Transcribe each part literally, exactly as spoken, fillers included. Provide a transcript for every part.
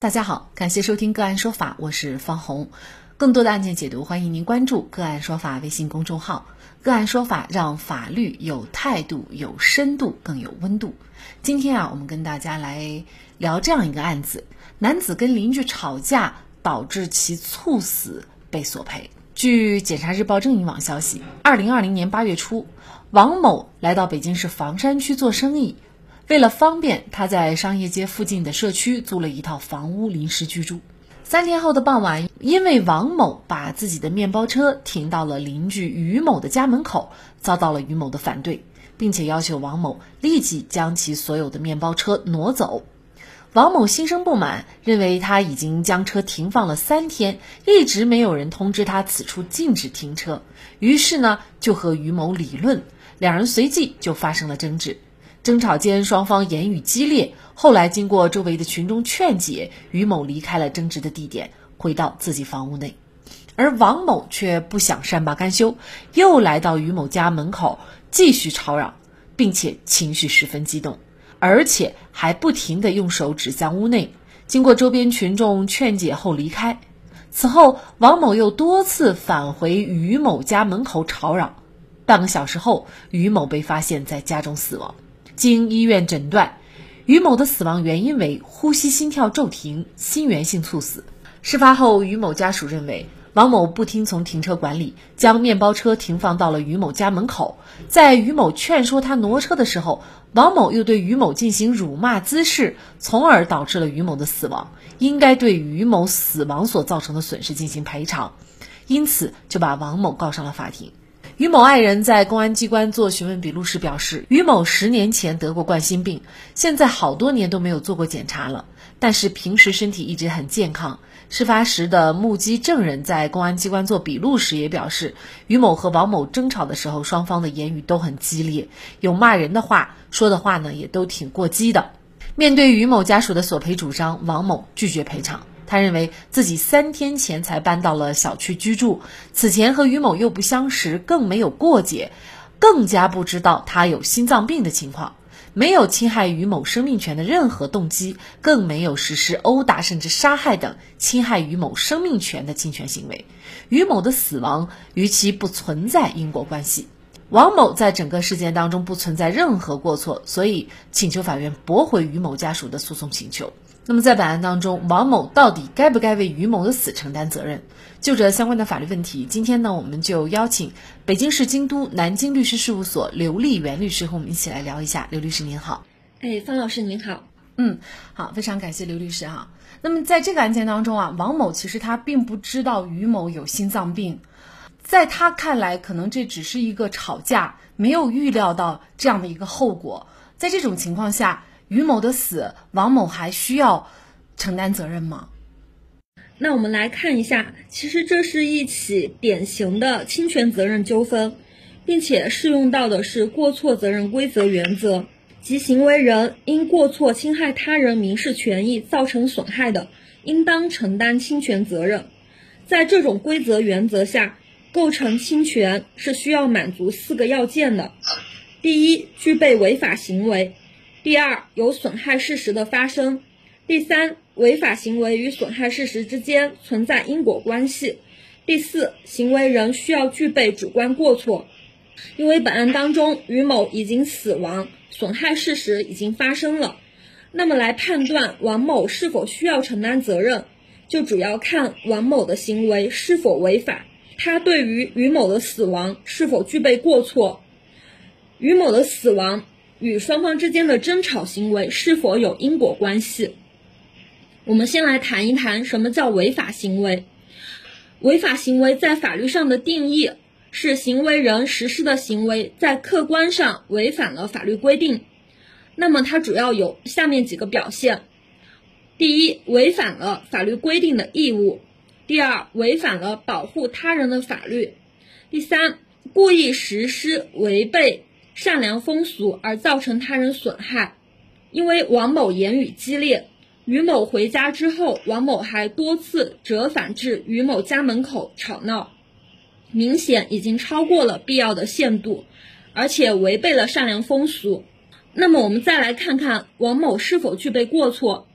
大家好，感谢收听个案说法，我是方红。更多的案件解读，欢迎您关注个案说法微信公众号。个案说法让法律有态度、有深度、更有温度。今天啊，我们跟大家来聊这样一个案子：男子跟邻居吵架，导致其猝死被索赔。据检察日报正义网消息，二零二零年八月初，王某来到北京市房山区做生意。为了方便，他在商业街附近的社区租了一套房屋临时居住。三天后的傍晚，因为王某把自己的面包车停到了邻居于某的家门口，遭到了于某的反对，并且要求王某立即将其所有的面包车挪走。王某心生不满，认为他已经将车停放了三天，一直没有人通知他此处禁止停车，于是呢就和于某理论，两人随即就发生了争执。争吵间，双方言语激烈，后来经过周围的群众劝解，于某离开了争执的地点，回到自己房屋内。而王某却不想善罢甘休，又来到于某家门口继续吵嚷，并且情绪十分激动，而且还不停地用手指向屋内，经过周边群众劝解后离开。此后，王某又多次返回于某家门口吵嚷。半个小时后，于某被发现在家中死亡。经医院诊断，于某的死亡原因为呼吸心跳骤停，心源性猝死。事发后，于某家属认为王某不听从停车管理，将面包车停放到了于某家门口。在于某劝说他挪车的时候，王某又对于某进行辱骂滋事，从而导致了于某的死亡，应该对于某死亡所造成的损失进行赔偿，因此就把王某告上了法庭。于某爱人在公安机关做询问笔录时表示，于某十年前得过冠心病，现在好多年都没有做过检查了，但是平时身体一直很健康。事发时的目击证人在公安机关做笔录时也表示，于某和王某争吵的时候，双方的言语都很激烈，有骂人的话，说的话呢也都挺过激的。面对于某家属的索赔主张，王某拒绝赔偿。他认为自己三天前才搬到了小区居住，此前和于某又不相识，更没有过节，更加不知道他有心脏病的情况，没有侵害于某生命权的任何动机，更没有实施殴打甚至杀害等侵害于某生命权的侵权行为。于某的死亡与其不存在因果关系。王某在整个事件当中不存在任何过错，所以请求法院驳回于某家属的诉讼请求。那么在本案当中，王某到底该不该为于某的死承担责任？就这相关的法律问题，今天呢，我们就邀请北京市京都南京律师事务所刘丽媛律师和我们一起来聊一下。刘律师您好。 哎，方老师您好。 嗯，好，非常感谢刘律师哈。那么在这个案件当中啊，王某其实他并不知道于某有心脏病，在他看来，可能这只是一个吵架，没有预料到这样的一个后果。在这种情况下，于某的死，王某还需要承担责任吗？ 那我们来看一下，其实这是一起典型的侵权责任纠纷，并且适用到的是过错责任归责原则，即行为人因过错侵害他人民事权益造成损害的，应当承担侵权责任。在这种归责原则下，构成侵权是需要满足四个要件的。第一，具备违法行为；第二，有损害事实的发生；第三，违法行为与损害事实之间存在因果关系；第四，行为人需要具备主观过错。因为本案当中，于某已经死亡，损害事实已经发生了，那么来判断王某是否需要承担责任，就主要看王某的行为是否违法，他对于于某的死亡是否具备过错，于某的死亡与双方之间的争吵行为是否有因果关系。我们先来谈一谈什么叫违法行为。违法行为在法律上的定义是行为人实施的行为在客观上违反了法律规定，那么它主要有下面几个表现。第一，违反了法律规定的义务；第二，违反了保护他人的法律；第三，故意实施违背善良风俗而造成他人损害。因为王某言语激烈，于某回家之后，王某还多次折返至于某家门口吵闹，明显已经超过了必要的限度，而且违背了善良风俗。那么我们再来看看王某是否具备过错。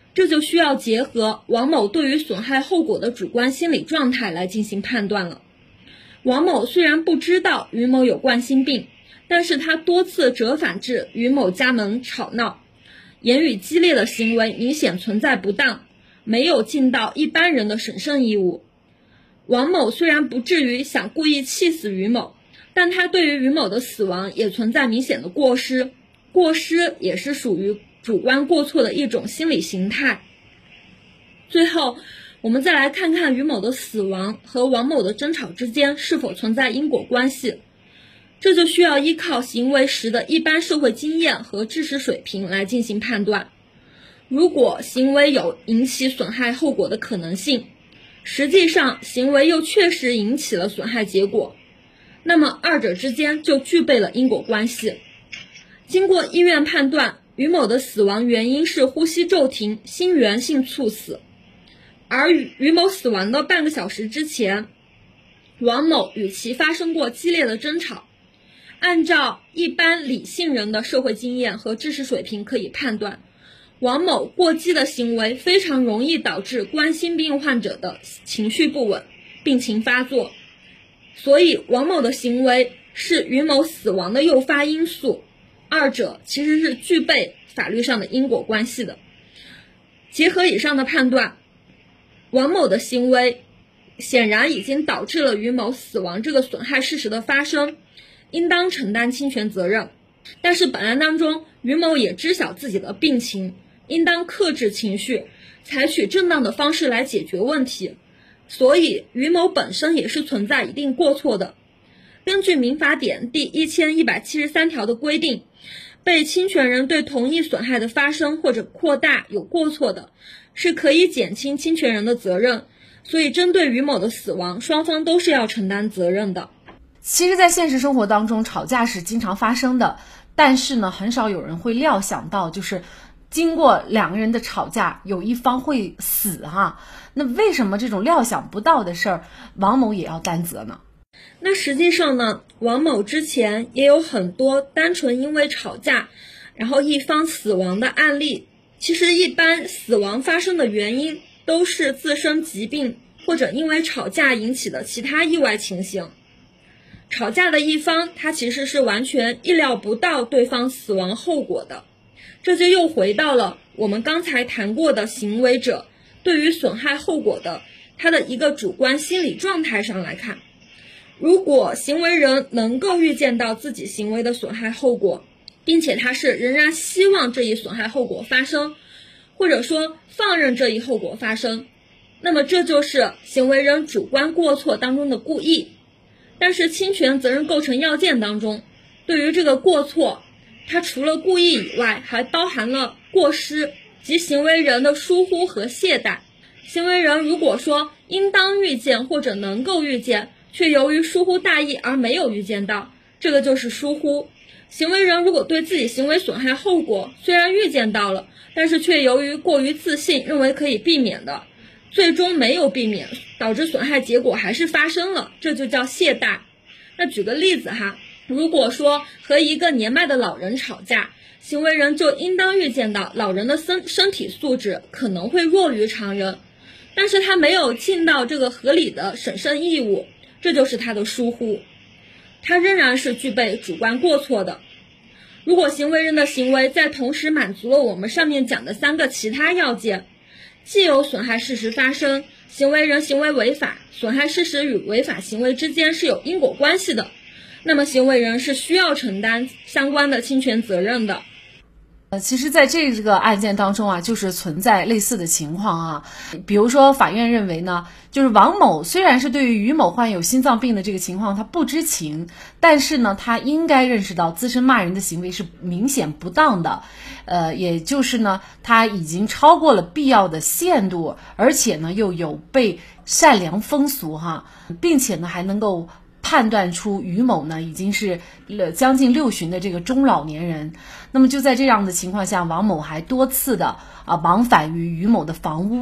这就需要结合王某对于损害后果的主观心理状态来进行判断了。王某虽然不知道于某有冠心病，但是他多次折返至于某家门吵闹，言语激烈的行为明显存在不当，没有尽到一般人的审慎义务。王某虽然不至于想故意气死于某，但他对于于某的死亡也存在明显的过失，过失也是属于主观过错的一种心理形态。最后，我们再来看看于某的死亡和王某的争吵之间是否存在因果关系。这就需要依靠行为时的一般社会经验和知识水平来进行判断。如果行为有引起损害后果的可能性，实际上行为又确实引起了损害结果，那么二者之间就具备了因果关系。经过医院判断，于某的死亡原因是呼吸骤停、心源性猝死，而于某死亡的半个小时之前，王某与其发生过激烈的争吵。按照一般理性人的社会经验和知识水平可以判断，王某过激的行为非常容易导致冠心病患者的情绪不稳、病情发作，所以王某的行为是于某死亡的诱发因素，二者其实是具备法律上的因果关系的。结合以上的判断，王某的行为显然已经导致了于某死亡这个损害事实的发生，应当承担侵权责任。但是本案当中，于某也知晓自己的病情，应当克制情绪，采取正当的方式来解决问题，所以于某本身也是存在一定过错的。根据民法典第一千一百七十三条的规定，被侵权人对同一损害的发生或者扩大有过错的，是可以减轻侵权人的责任，所以针对于某的死亡，双方都是要承担责任的。 其实在现实生活当中，吵架是经常发生的，但是呢，很少有人会料想到，就是经过两个人的吵架，有一方会死哈。那为什么这种料想不到的事儿，王某也要担责呢？ 那实际上呢，王某之前也有很多单纯因为吵架，然后一方死亡的案例。其实一般死亡发生的原因都是自身疾病或者因为吵架引起的其他意外情形。吵架的一方他其实是完全意料不到对方死亡后果的，这就又回到了我们刚才谈过的行为者对于损害后果的他的一个主观心理状态上来看。如果行为人能够预见到自己行为的损害后果，并且他是仍然希望这一损害后果发生，或者说放任这一后果发生，那么这就是行为人主观过错当中的故意。但是侵权责任构成要件当中，对于这个过错，它除了故意以外，还包含了过失及行为人的疏忽和懈怠。行为人如果说应当预见或者能够预见，却由于疏忽大意而没有预见到，这个就是疏忽。行为人如果对自己行为损害后果虽然预见到了，但是却由于过于自信，认为可以避免的，最终没有避免，导致损害结果还是发生了，这就叫懈怠。那举个例子哈，如果说和一个年迈的老人吵架，行为人就应当预见到老人的身身体素质可能会弱于常人，但是他没有尽到这个合理的审慎义务，这就是他的疏忽，他仍然是具备主观过错的。如果行为人的行为在同时满足了我们上面讲的三个其他要件，既有损害事实发生，行为人行为违法，损害事实与违法行为之间是有因果关系的，那么行为人是需要承担相关的侵权责任的。 呃，其实在这个案件当中啊，就是存在类似的情况啊。比如说法院认为呢，就是王某虽然是对于于某患有心脏病的这个情况他不知情，但是呢，他应该认识到自身骂人的行为是明显不当的，呃，也就是呢，他已经超过了必要的限度，而且呢，又有被善良风俗哈，并且呢，还能够判断出于某呢已经是将近六旬的这个中老年人。那么就在这样的情况下，王某还多次的啊往返于于某的房屋外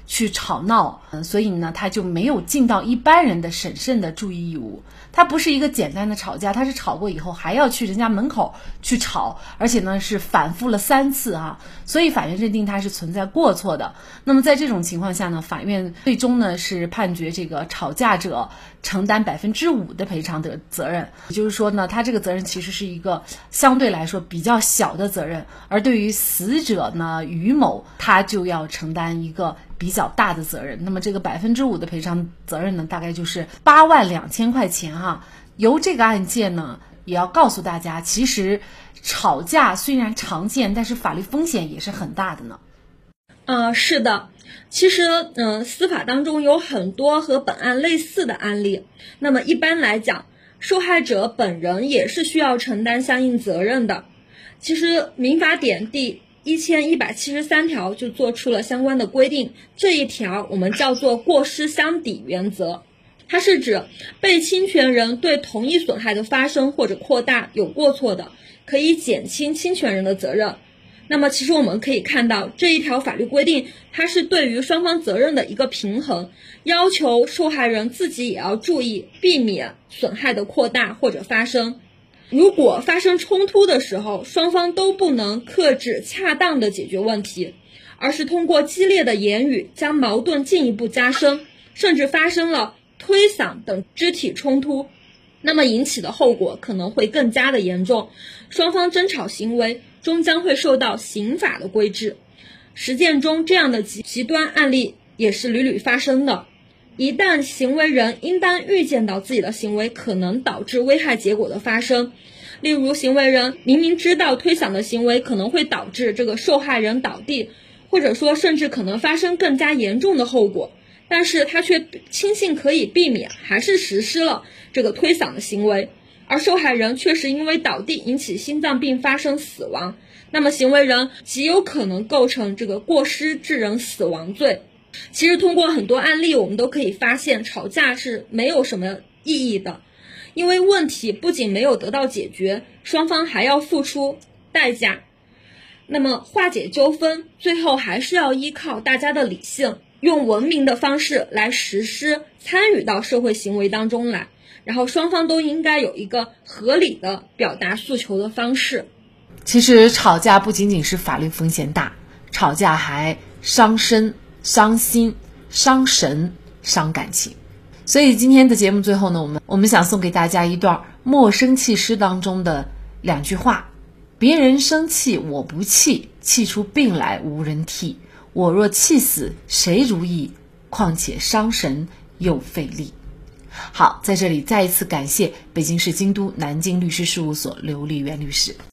去吵闹，嗯，所以呢，他就没有尽到一般人的审慎的注意义务。他不是一个简单的吵架，他是吵过以后还要去人家门口去吵，而且呢是反复了三次啊，所以法院认定他是存在过错的。那么在这种情况下呢，法院最终呢是判决这个吵架者承担百分之五的赔偿的责任，也就是说呢，他这个责任其实是一个相对来说比较小的责任，而对于死者呢于某，他就要承担一个比较大的责任。那么这个百分之五的赔偿责任呢，大概就是八万两千块钱哈。由这个案件呢，也要告诉大家，其实吵架虽然常见，但是法律风险也是很大的呢。 呃，是的，其实嗯、呃，司法当中有很多和本案类似的案例。那么一般来讲，受害者本人也是需要承担相应责任的。其实民法典第一千一百七十三条就做出了相关的规定，这一条我们叫做过失相抵原则。它是指被侵权人对同一损害的发生或者扩大有过错的，可以减轻侵权人的责任。那么其实我们可以看到，这一条法律规定它是对于双方责任的一个平衡，要求受害人自己也要注意避免损害的扩大或者发生。如果发生冲突的时候，双方都不能克制恰当的解决问题，而是通过激烈的言语将矛盾进一步加深，甚至发生了推搡等肢体冲突，那么引起的后果可能会更加的严重，双方争吵行为终将会受到刑法的规制。实践中这样的极极端案例也是屡屡发生的。一旦行为人应当预见到自己的行为可能导致危害结果的发生，例如行为人明明知道推搡的行为可能会导致这个受害人倒地，或者说甚至可能发生更加严重的后果，但是他却轻信可以避免，还是实施了这个推搡的行为，而受害人确实因为倒地引起心脏病发生死亡，那么行为人极有可能构成这个过失致人死亡罪。其实通过很多案例我们都可以发现，吵架是没有什么意义的，因为问题不仅没有得到解决，双方还要付出代价。那么化解纠纷最后还是要依靠大家的理性，用文明的方式来实施，参与到社会行为当中来，然后双方都应该有一个合理的表达诉求的方式。 其实吵架不仅仅是法律风险大，吵架还伤身、伤心、伤神、伤感情。所以今天的节目最后呢，我们我们想送给大家一段莫生气诗当中的两句话：别人生气我不气，气出病来无人替。我若气死谁如意，况且伤神又费力。好，在这里再一次感谢北京市京都南京律师事务所刘丽媛律师。